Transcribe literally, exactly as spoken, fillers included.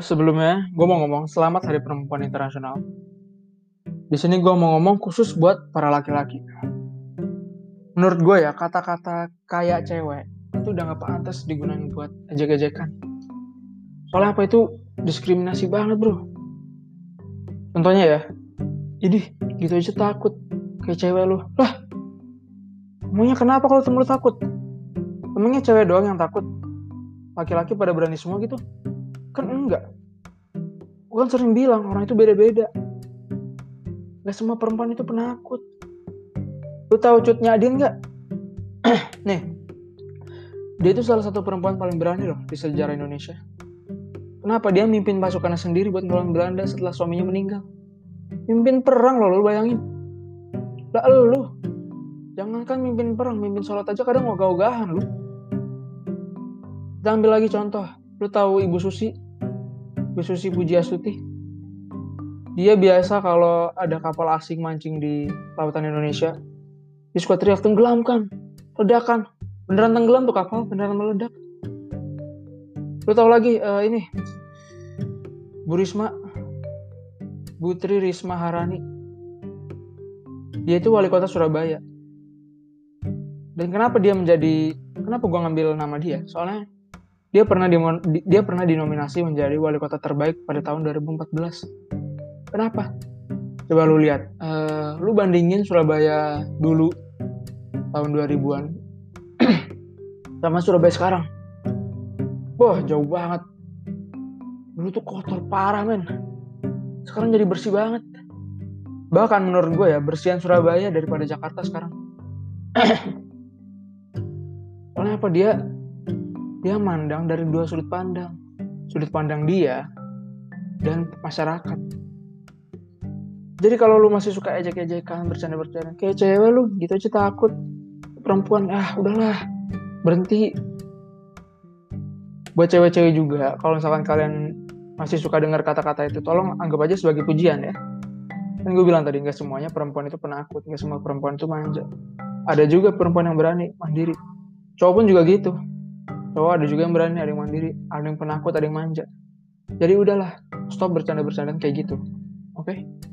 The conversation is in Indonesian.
Sebelumnya gue mau ngomong selamat Hari Perempuan Internasional. Di sini gue mau ngomong khusus buat para laki-laki. Menurut gue ya, kata-kata kayak cewek itu udah gak pantas digunain buat ejek-ejekan. Soalnya apa itu diskriminasi banget bro. Contohnya ya, idih gitu aja takut kayak cewek lu. Lah, emangnya kenapa kalau temen lu takut? Emangnya cewek doang yang takut? Laki-laki pada berani semua gitu? Kan enggak. Gue kan sering bilang orang itu beda-beda. Gak semua perempuan itu penakut. Lu tahu Cut Nyadin gak? Nih, dia itu salah satu perempuan paling berani loh di sejarah Indonesia. Kenapa dia mimpin pasukannya sendiri buat ngelawan Belanda setelah suaminya meninggal? Mimpin perang loh, lu bayangin. Lah lu, jangankan mimpin perang, mimpin sholat aja kadang ogah-ogahan lu. Kita ambil lagi contoh, lu tahu Ibu Susi? Ibu Susi Pujiastuti? Dia biasa kalau ada kapal asing mancing di lautan Indonesia, dia suka teriak tenggelamkan, ledakan. Beneran tenggelam tuh kapal, beneran meledak. Lu tahu lagi uh, ini Bu Risma, Bu Tri Risma Harani. Dia itu wali kota Surabaya. Dan kenapa dia menjadi, kenapa gue ngambil nama dia? Soalnya dia pernah di, dia pernah dinominasi menjadi wali kota terbaik pada tahun dua ribu empat belas. Kenapa? Coba lu lihat, uh, lu bandingin Surabaya dulu tahun dua ribuan sama Surabaya sekarang. Wah, jauh banget. Dulu tuh kotor parah men. Sekarang jadi bersih banget. Bahkan menurut gue ya, bersihan Surabaya daripada Jakarta sekarang. Soalnya apa, dia dia mandang dari dua sudut pandang. Sudut pandang dia dan masyarakat. Jadi kalau lu masih suka ejek-ejekan, bercanda-bercanda, kayak cewek lu gitu aja takut. Perempuan, ah udahlah, berhenti. Buat cewek-cewek juga, kalau misalkan kalian masih suka dengar kata-kata itu, tolong anggap aja sebagai pujian ya. Kan gue bilang tadi, gak semuanya perempuan itu penakut, gak semua perempuan itu manja. Ada juga perempuan yang berani, mandiri. Cowok pun juga gitu. Cowok ada juga yang berani, ada yang mandiri, ada yang penakut, ada yang manja. Jadi udahlah, stop bercanda-bercandaan kayak gitu. Oke? Okay?